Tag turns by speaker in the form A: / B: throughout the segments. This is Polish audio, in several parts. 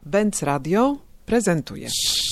A: Benz Radio prezentuje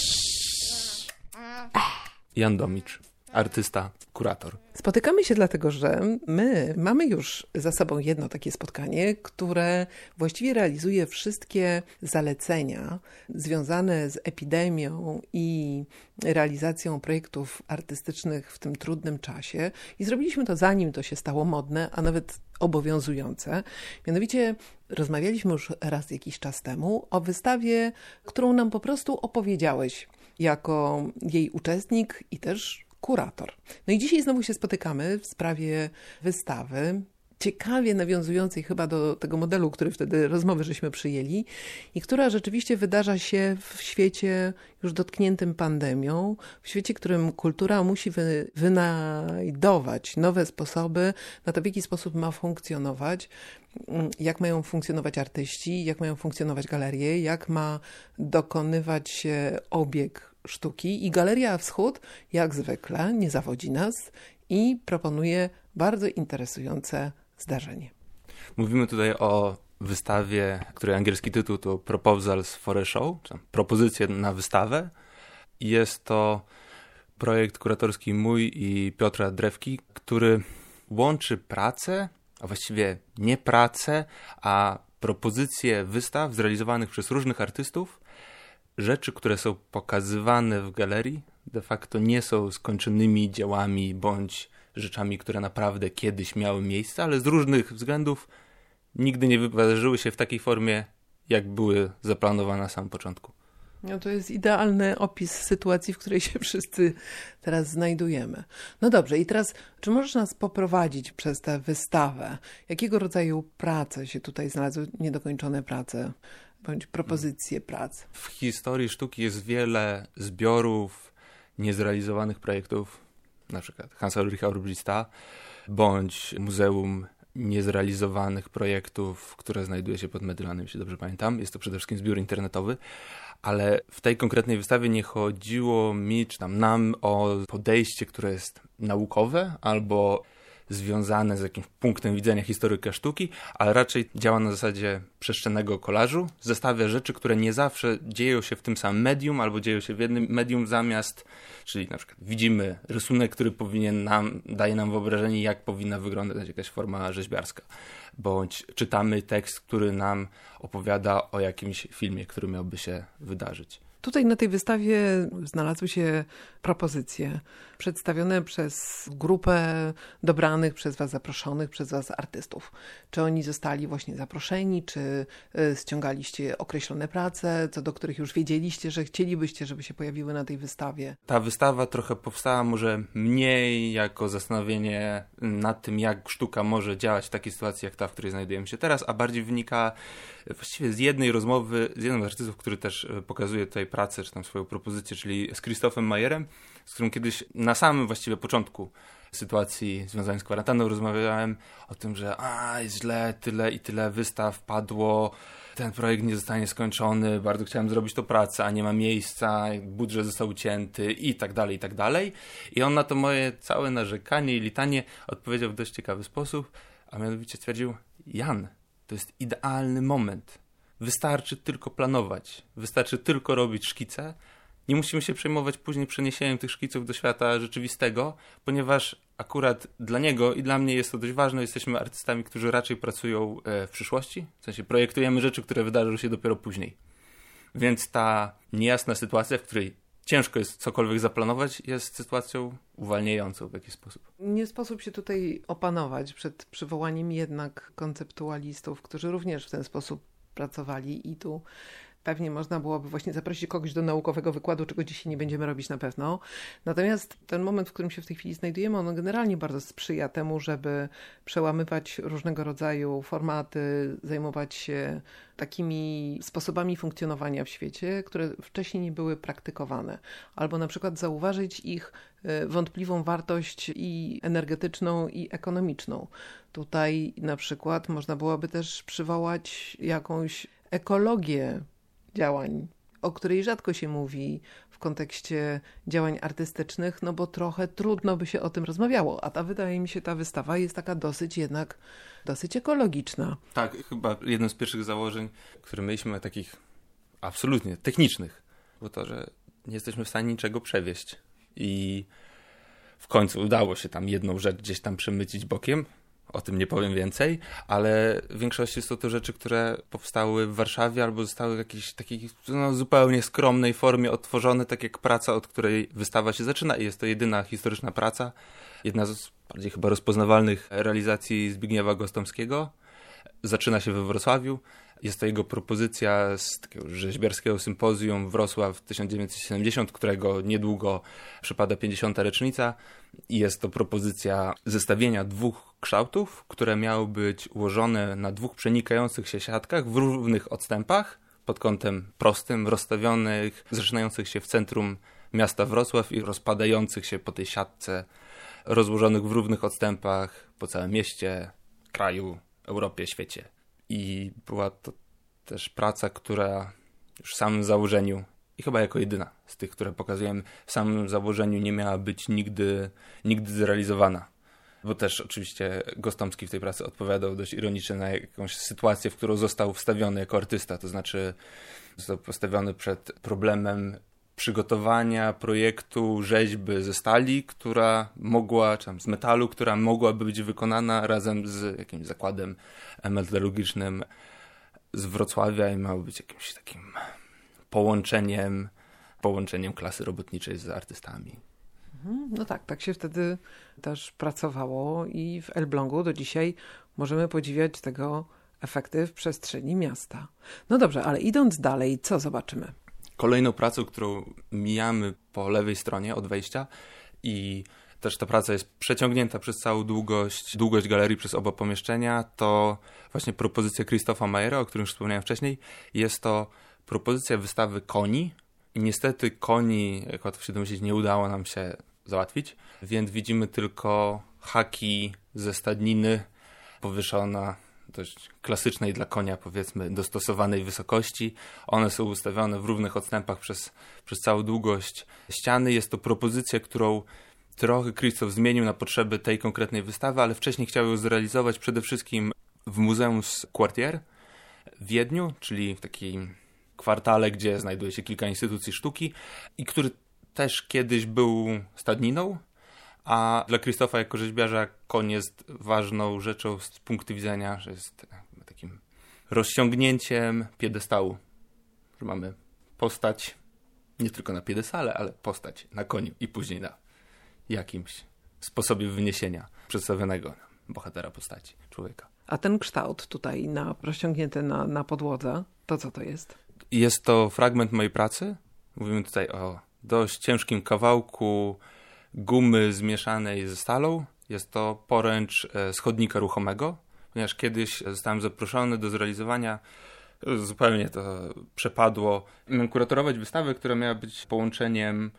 B: Jan Domicz, artysta, kurator.
A: Spotykamy się dlatego, że my mamy już za sobą jedno takie spotkanie, które właściwie realizuje wszystkie zalecenia związane z epidemią i realizacją projektów artystycznych w tym trudnym czasie. I zrobiliśmy to zanim to się stało modne, a nawet obowiązujące. Mianowicie rozmawialiśmy już raz jakiś czas temu o wystawie, którą nam po prostu opowiedziałeś jako jej uczestnik i też kurator. No i dzisiaj znowu się spotykamy w sprawie wystawy, ciekawie nawiązującej chyba do tego modelu, który wtedy rozmowy żeśmy przyjęli i która rzeczywiście wydarza się w świecie już dotkniętym pandemią, w świecie, w którym kultura musi wynajdować nowe sposoby na to, w jaki sposób ma funkcjonować, jak mają funkcjonować artyści, jak mają funkcjonować galerie, jak ma dokonywać się obieg sztuki. I Galeria Wschód, jak zwykle, nie zawodzi nas i proponuje bardzo interesujące zdarzenie.
B: Mówimy tutaj o wystawie, której angielski tytuł to Proposals for a Show, czyli propozycje na wystawę. Jest to projekt kuratorski mój i Piotra Drewki, który łączy pracę, a właściwie nie pracę, a propozycje wystaw zrealizowanych przez różnych artystów. Rzeczy, które są pokazywane w galerii, de facto nie są skończonymi dziełami bądź rzeczami, które naprawdę kiedyś miały miejsce, ale z różnych względów nigdy nie wydarzyły się w takiej formie, jak były zaplanowane na samym początku.
A: No to jest idealny opis sytuacji, w której się wszyscy teraz znajdujemy. No dobrze, i teraz czy możesz nas poprowadzić przez tę wystawę? Jakiego rodzaju prace się tutaj znalazły, niedokończone prace bądź propozycje prac?
B: W historii sztuki jest wiele zbiorów niezrealizowanych projektów, na przykład Hansa Ulricha Urblista, bądź Muzeum Niezrealizowanych Projektów, które znajduje się pod Medylanem, jeśli dobrze pamiętam. Jest to przede wszystkim zbiór internetowy, ale w tej konkretnej wystawie nie chodziło mi, czy tam nam, o podejście, które jest naukowe albo związane z jakimś punktem widzenia historyka sztuki, ale raczej działa na zasadzie przestrzennego kolażu. Zestawia rzeczy, które nie zawsze dzieją się w tym samym medium, albo dzieją się w jednym medium zamiast, czyli na przykład widzimy rysunek, który daje nam wyobrażenie, jak powinna wyglądać jakaś forma rzeźbiarska. Bądź czytamy tekst, który nam opowiada o jakimś filmie, który miałby się wydarzyć.
A: Tutaj na tej wystawie znalazły się propozycje przedstawione przez grupę dobranych przez was, zaproszonych przez was artystów. Czy oni zostali właśnie zaproszeni, czy ściągaliście określone prace, co do których już wiedzieliście, że chcielibyście, żeby się pojawiły na tej wystawie?
B: Ta wystawa trochę powstała może mniej jako zastanowienie nad tym, jak sztuka może działać w takiej sytuacji, jak ta, w której znajdujemy się teraz, a bardziej wynika właściwie z jednej rozmowy z jednym z artystów, który też pokazuje tutaj pracę, czy tam swoją propozycję, czyli z Christophem Mayerem, z którym kiedyś na samym właściwie początku sytuacji związanej z kwarantanną rozmawiałem o tym, że jest źle, tyle i tyle wystaw padło, ten projekt nie zostanie skończony, bardzo chciałem zrobić tą pracę, a nie ma miejsca, budżet został ucięty i tak dalej, i tak dalej. I on na to moje całe narzekanie i litanie odpowiedział w dość ciekawy sposób, a mianowicie stwierdził: Jan, to jest idealny moment. Wystarczy tylko planować, wystarczy tylko robić szkice. Nie musimy się przejmować później przeniesieniem tych szkiców do świata rzeczywistego, ponieważ akurat dla niego i dla mnie jest to dość ważne. Jesteśmy artystami, którzy raczej pracują w przyszłości. W sensie projektujemy rzeczy, które wydarzą się dopiero później. Więc ta niejasna sytuacja, w której ciężko jest cokolwiek zaplanować, jest sytuacją uwalniającą w jakiś sposób.
A: Nie sposób się tutaj opanować przed przywołaniem jednak konceptualistów, którzy również w ten sposób pracowali i tu pewnie można byłoby właśnie zaprosić kogoś do naukowego wykładu, czego dzisiaj nie będziemy robić na pewno. Natomiast ten moment, w którym się w tej chwili znajdujemy, on generalnie bardzo sprzyja temu, żeby przełamywać różnego rodzaju formaty, zajmować się takimi sposobami funkcjonowania w świecie, które wcześniej nie były praktykowane. Albo na przykład zauważyć ich wątpliwą wartość i energetyczną, i ekonomiczną. Tutaj na przykład można byłoby też przywołać jakąś ekologię działań, o której rzadko się mówi w kontekście działań artystycznych, no bo trochę trudno by się o tym rozmawiało, a wydaje mi się, ta wystawa jest taka dosyć ekologiczna.
B: Tak, chyba jednym z pierwszych założeń, które mieliśmy takich absolutnie technicznych. Bo to, że nie jesteśmy w stanie niczego przewieźć. I w końcu udało się tam jedną rzecz gdzieś tam przemycić bokiem. O tym nie powiem więcej, ale w większości są to rzeczy, które powstały w Warszawie albo zostały w jakiejś takiej zupełnie skromnej formie odtworzone, tak jak praca, od której wystawa się zaczyna i jest to jedyna historyczna praca. Jedna z bardziej chyba rozpoznawalnych realizacji Zbigniewa Gostomskiego. Zaczyna się we Wrocławiu. Jest to jego propozycja z takiego rzeźbiarskiego sympozjum Wrocław 1970, którego niedługo przypada 50. rocznica. I jest to propozycja zestawienia dwóch kształtów, które miały być ułożone na dwóch przenikających się siatkach w równych odstępach, pod kątem prostym, rozstawionych, zaczynających się w centrum miasta Wrocław i rozpadających się po tej siatce, rozłożonych w równych odstępach po całym mieście, kraju, Europie, świecie. I była to też praca, która już w samym założeniu, i chyba jako jedyna z tych, które pokazujemy, w samym założeniu nie miała być nigdy zrealizowana. Bo też oczywiście Gostomski w tej pracy odpowiadał dość ironicznie na jakąś sytuację, w którą został wstawiony jako artysta. To znaczy został postawiony przed problemem przygotowania projektu rzeźby ze stali, która mogła, czy tam z metalu, która mogłaby być wykonana razem z jakimś zakładem metalurgicznym z Wrocławia i miało być jakimś takim połączeniem klasy robotniczej z artystami.
A: No tak się wtedy też pracowało i w Elblągu do dzisiaj możemy podziwiać tego efekty w przestrzeni miasta. No dobrze, ale idąc dalej, co zobaczymy?
B: Kolejną pracą, którą mijamy po lewej stronie od wejścia i też ta praca jest przeciągnięta przez całą długość galerii przez oba pomieszczenia, to właśnie propozycja Christopha Mayera, o którym już wspomniałem wcześniej. Jest to propozycja wystawy koni. I niestety koni, jak łatwo się domyślić, nie udało nam się załatwić, więc widzimy tylko haki ze stadniny powieszona dość klasycznej dla konia, powiedzmy, dostosowanej wysokości. One są ustawione w równych odstępach przez całą długość ściany. Jest to propozycja, którą trochę Christoph zmienił na potrzeby tej konkretnej wystawy, ale wcześniej chciał ją zrealizować przede wszystkim w Muzeum Quartier w Wiedniu, czyli w takim kwartale, gdzie znajduje się kilka instytucji sztuki i który też kiedyś był stadniną, a dla Christopha jako rzeźbiarza koń jest ważną rzeczą z punktu widzenia, że jest takim rozciągnięciem piedestału, że mamy postać nie tylko na piedestale, ale postać na koniu i później na jakimś sposobie wyniesienia przedstawionego bohatera postaci, człowieka.
A: A ten kształt tutaj rozciągnięty na podłodze, to co to jest?
B: Jest to fragment mojej pracy. Mówimy tutaj o dość ciężkim kawałku gumy zmieszanej ze stalą. Jest to poręcz z chodnika ruchomego, ponieważ kiedyś zostałem zaproszony do zrealizowania, zupełnie to przepadło. Miałem kuratorować wystawę, która miała być połączeniem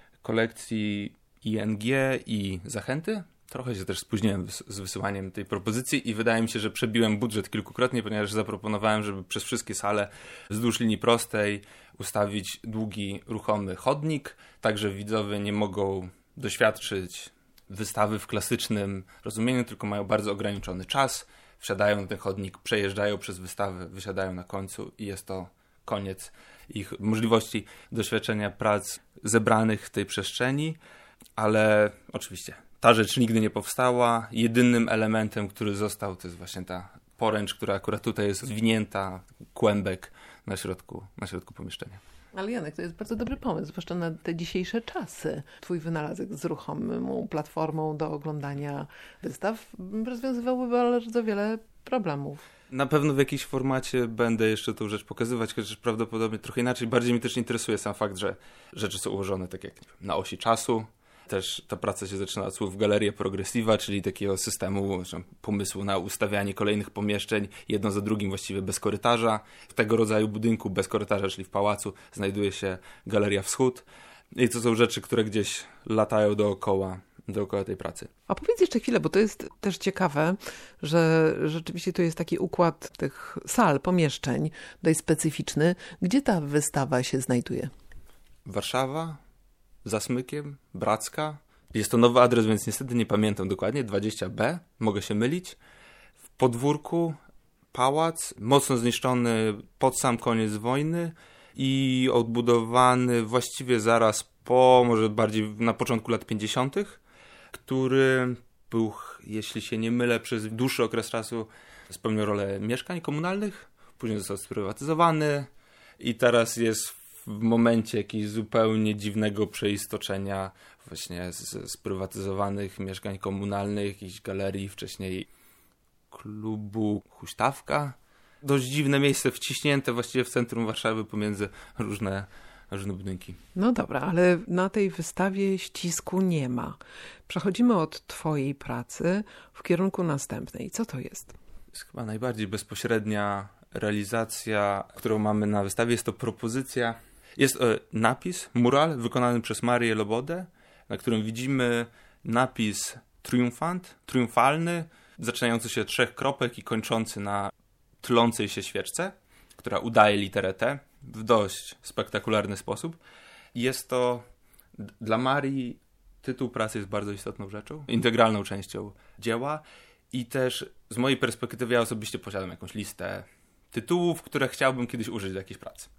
B: kolekcji ING i Zachęty. Trochę się też spóźniłem z wysyłaniem tej propozycji i wydaje mi się, że przebiłem budżet kilkukrotnie, ponieważ zaproponowałem, żeby przez wszystkie sale wzdłuż linii prostej ustawić długi, ruchomy chodnik, tak że widzowie nie mogą doświadczyć wystawy w klasycznym rozumieniu, tylko mają bardzo ograniczony czas, wsiadają na ten chodnik, przejeżdżają przez wystawę, wysiadają na końcu i jest to koniec ich możliwości doświadczenia prac zebranych w tej przestrzeni, ale oczywiście ta rzecz nigdy nie powstała. Jedynym elementem, który został, to jest właśnie ta poręcz, która akurat tutaj jest zwinięta, kłębek na środku pomieszczenia.
A: Ale Janek, to jest bardzo dobry pomysł, zwłaszcza na te dzisiejsze czasy. Twój wynalazek z ruchomą platformą do oglądania wystaw rozwiązywałby bardzo wiele problemów.
B: Na pewno w jakimś formacie będę jeszcze tą rzecz pokazywać, chociaż prawdopodobnie trochę inaczej. Bardziej mi też interesuje sam fakt, że rzeczy są ułożone tak jak na osi czasu. Też ta praca się zaczyna od słów Galeria Progressiva, czyli takiego systemu, pomysłu na ustawianie kolejnych pomieszczeń, jedno za drugim właściwie bez korytarza. W tego rodzaju budynku bez korytarza, czyli w pałacu, znajduje się Galeria Wschód. I to są rzeczy, które gdzieś latają dookoła tej pracy.
A: A powiedz jeszcze chwilę, bo to jest też ciekawe, że rzeczywiście tu jest taki układ tych sal, pomieszczeń dość specyficzny. Gdzie ta wystawa się znajduje?
B: Warszawa, za Smykiem, Bracka. Jest to nowy adres, więc niestety nie pamiętam dokładnie. 20B, mogę się mylić. W podwórku pałac, mocno zniszczony pod sam koniec wojny i odbudowany właściwie zaraz po, może bardziej na początku lat 50., który był, jeśli się nie mylę, przez dłuższy okres czasu spełniał rolę mieszkań komunalnych, później został sprywatyzowany i teraz jest w momencie jakiegoś zupełnie dziwnego przeistoczenia właśnie z sprywatyzowanych mieszkań komunalnych, jakiejś galerii, wcześniej klubu Huśtawka. Dość dziwne miejsce, wciśnięte właściwie w centrum Warszawy pomiędzy różne budynki.
A: No dobra, ale na tej wystawie ścisku nie ma. Przechodzimy od twojej pracy w kierunku następnej. Co to jest?
B: To jest chyba najbardziej bezpośrednia realizacja, którą mamy na wystawie. Jest to propozycja. Jest napis, mural wykonany przez Marię Lobodę, na którym widzimy napis triumfalny, zaczynający się od 3 kropek i kończący na tlącej się świeczce, która udaje literę T w dość spektakularny sposób. Jest to dla Marii tytuł pracy jest bardzo istotną rzeczą, integralną częścią dzieła i też z mojej perspektywy ja osobiście posiadam jakąś listę tytułów, które chciałbym kiedyś użyć do jakiejś pracy.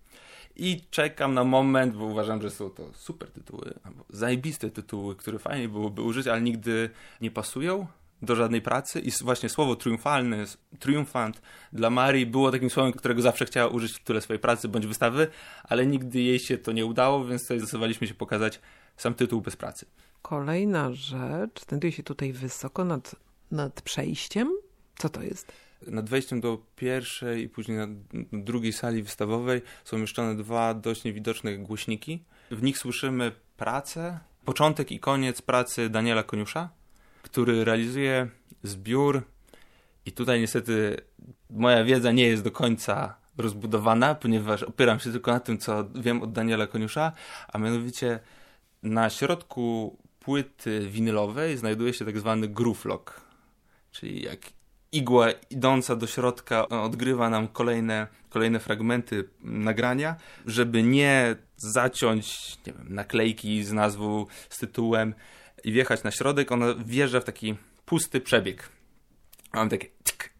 B: I czekam na moment, bo uważam, że są to super tytuły, albo zajebiste tytuły, które fajnie byłoby użyć, ale nigdy nie pasują do żadnej pracy. I właśnie słowo triumfalny, triumfant dla Marii było takim słowem, którego zawsze chciała użyć w tytule swojej pracy bądź wystawy, ale nigdy jej się to nie udało, więc tutaj zdecydowaliśmy się pokazać sam tytuł bez pracy.
A: Kolejna rzecz, znajduje się tutaj wysoko nad przejściem. Co to jest?
B: Nad wejściem do pierwszej i później na drugiej sali wystawowej są umieszczone 2 dość niewidoczne głośniki. W nich słyszymy pracę, początek i koniec pracy Daniela Koniusza, który realizuje zbiór i tutaj niestety moja wiedza nie jest do końca rozbudowana, ponieważ opieram się tylko na tym, co wiem od Daniela Koniusza, a mianowicie na środku płyty winylowej znajduje się tak zwany groove lock, czyli jak igła idąca do środka odgrywa nam kolejne fragmenty nagrania, żeby nie zaciąć, nie wiem, naklejki z nazwą, z tytułem i wjechać na środek, ona wjeżdża w taki pusty przebieg. Mam takie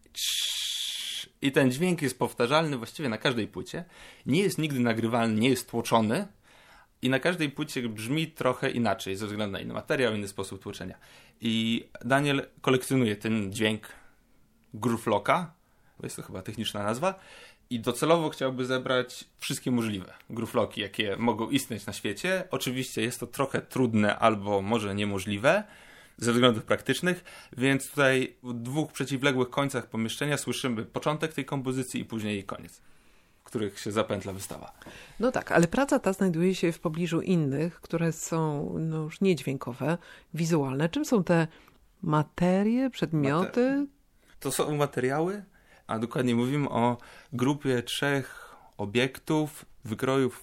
B: i ten dźwięk jest powtarzalny właściwie na każdej płycie. Nie jest nigdy nagrywalny, nie jest tłoczony i na każdej płycie brzmi trochę inaczej ze względu na inny materiał, inny sposób tłoczenia. I Daniel kolekcjonuje ten dźwięk groove locka, jest to chyba techniczna nazwa, i docelowo chciałby zebrać wszystkie możliwe groove locki, jakie mogą istnieć na świecie. Oczywiście jest to trochę trudne albo może niemożliwe ze względów praktycznych, więc tutaj w 2 przeciwległych końcach pomieszczenia słyszymy początek tej kompozycji i później jej koniec, w których się zapętla wystawa.
A: No tak, ale praca ta znajduje się w pobliżu innych, które są już niedźwiękowe, wizualne. Czym są te materie, przedmioty?
B: To są materiały, a dokładnie mówimy o grupie 3 obiektów, wykrojów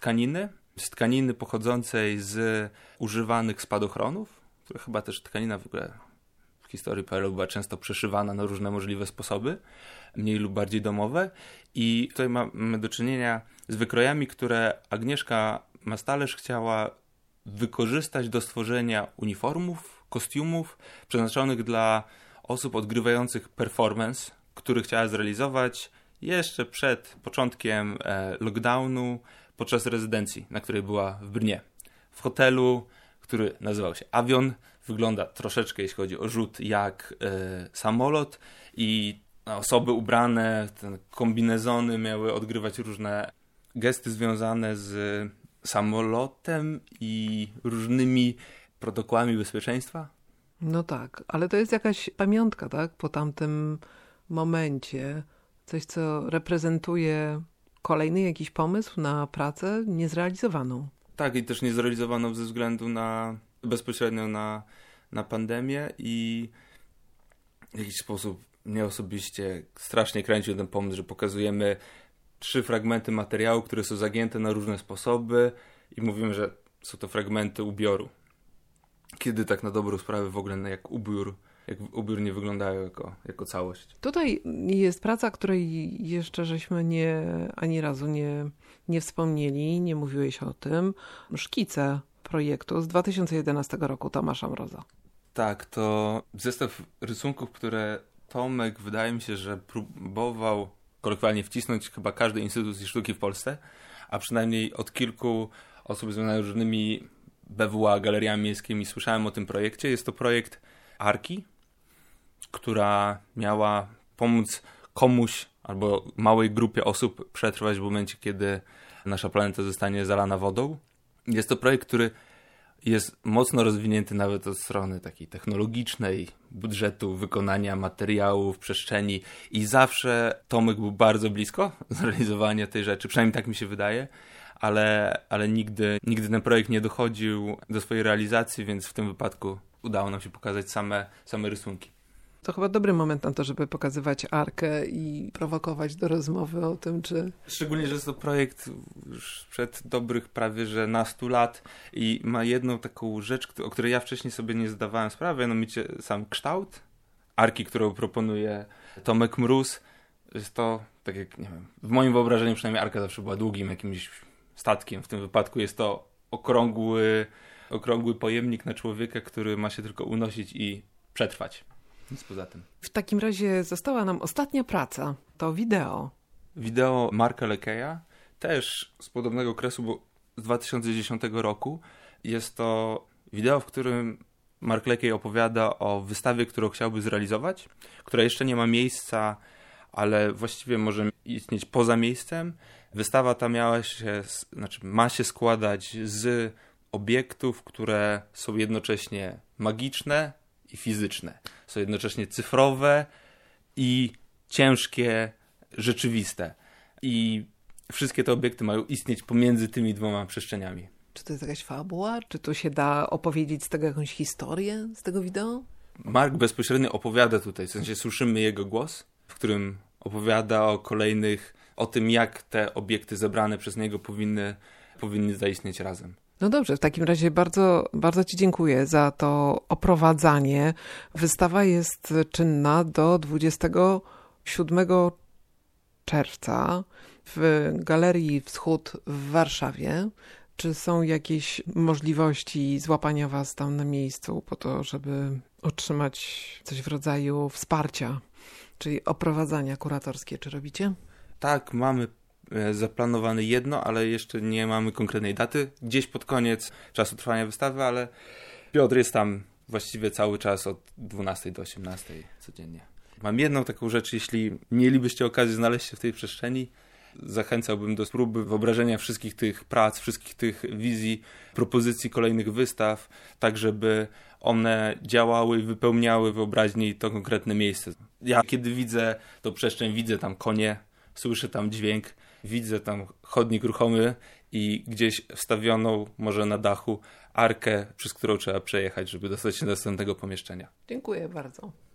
B: z tkaniny pochodzącej z używanych spadochronów, które chyba też tkanina w ogóle w historii PRL była często przeszywana na różne możliwe sposoby, mniej lub bardziej domowe. I tutaj mamy do czynienia z wykrojami, które Agnieszka Mastalerz chciała wykorzystać do stworzenia uniformów, kostiumów przeznaczonych dla osób odgrywających performance, który chciała zrealizować jeszcze przed początkiem lockdownu podczas rezydencji, na której była w Brnie. W hotelu, który nazywał się Avion, wygląda troszeczkę, jeśli chodzi o rzut, jak samolot i osoby ubrane, te kombinezony miały odgrywać różne gesty związane z samolotem i różnymi protokołami bezpieczeństwa.
A: No tak, ale to jest jakaś pamiątka, tak? Po tamtym momencie. Coś, co reprezentuje kolejny jakiś pomysł na pracę niezrealizowaną.
B: Tak, i też niezrealizowaną ze względu bezpośrednio na pandemię i w jakiś sposób mnie osobiście strasznie kręcił ten pomysł, że pokazujemy 3 fragmenty materiału, które są zagięte na różne sposoby i mówimy, że są to fragmenty ubioru. Kiedy tak na dobrą sprawę w ogóle jak ubiór nie wyglądają jako całość.
A: Tutaj jest praca, której jeszcze żeśmy ani razu nie wspomnieli, nie mówiłeś o tym. Szkice projektu z 2011 roku Tomasza Mroza.
B: Tak, to zestaw rysunków, które Tomek wydaje mi się, że próbował kolokwialnie wcisnąć chyba każdej instytucji sztuki w Polsce, a przynajmniej od kilku osób związanych z różnymi BWA, galeriami miejskimi słyszałem o tym projekcie. Jest to projekt Arki, która miała pomóc komuś albo małej grupie osób przetrwać w momencie, kiedy nasza planeta zostanie zalana wodą. Jest to projekt, który jest mocno rozwinięty nawet od strony takiej technologicznej, budżetu, wykonania materiałów, przestrzeni i zawsze Tomek był bardzo blisko zrealizowania tej rzeczy, przynajmniej tak mi się wydaje, ale nigdy ten projekt nie dochodził do swojej realizacji, więc w tym wypadku udało nam się pokazać same rysunki.
A: To chyba dobry moment na to, żeby pokazywać Arkę i prowokować do rozmowy o tym, czy...
B: Szczególnie, że jest to projekt już sprzed dobrych prawie że nastu lat i ma jedną taką rzecz, o której ja wcześniej sobie nie zdawałem sprawy, mianowicie sam kształt Arki, którą proponuje Tomek Mróz. Jest to, tak jak, nie wiem, w moim wyobrażeniu przynajmniej Arka zawsze była długim jakimś statkiem. W tym wypadku jest to okrągły pojemnik na człowieka, który ma się tylko unosić i przetrwać. Nic poza tym.
A: W takim razie została nam ostatnia praca. To wideo.
B: Wideo Marka Lekeya, też z podobnego okresu, bo z 2010 roku. Jest to wideo, w którym Mark Lekey opowiada o wystawie, którą chciałby zrealizować, która jeszcze nie ma miejsca, ale właściwie może istnieć poza miejscem. Wystawa ta ma się składać z obiektów, które są jednocześnie magiczne i fizyczne. Są jednocześnie cyfrowe i ciężkie, rzeczywiste. I wszystkie te obiekty mają istnieć pomiędzy tymi dwoma przestrzeniami.
A: Czy to jest jakaś fabuła? Czy tu się da opowiedzieć z tego jakąś historię z tego wideo?
B: Mark bezpośrednio opowiada tutaj, w sensie słyszymy jego głos, w którym opowiada o tym, jak te obiekty zebrane przez niego powinny zaistnieć razem.
A: No dobrze, w takim razie bardzo, bardzo Ci dziękuję za to oprowadzanie. Wystawa jest czynna do 27 czerwca w Galerii Wschód w Warszawie. Czy są jakieś możliwości złapania Was tam na miejscu po to, żeby otrzymać coś w rodzaju wsparcia, czyli oprowadzania kuratorskie? Czy robicie?
B: Tak, mamy zaplanowane jedno, ale jeszcze nie mamy konkretnej daty. Gdzieś pod koniec czasu trwania wystawy, ale Piotr jest tam właściwie cały czas od 12 do 18 codziennie. Mam jedną taką rzecz, jeśli mielibyście okazję znaleźć się w tej przestrzeni, zachęcałbym do próby wyobrażenia wszystkich tych prac, wszystkich tych wizji, propozycji kolejnych wystaw, tak żeby one działały i wypełniały wyobraźni to konkretne miejsce. Ja kiedy widzę tą przestrzeń, widzę tam konie, słyszę tam dźwięk, widzę tam chodnik ruchomy i gdzieś wstawioną, może na dachu, arkę, przez którą trzeba przejechać, żeby dostać się do następnego pomieszczenia.
A: Dziękuję bardzo.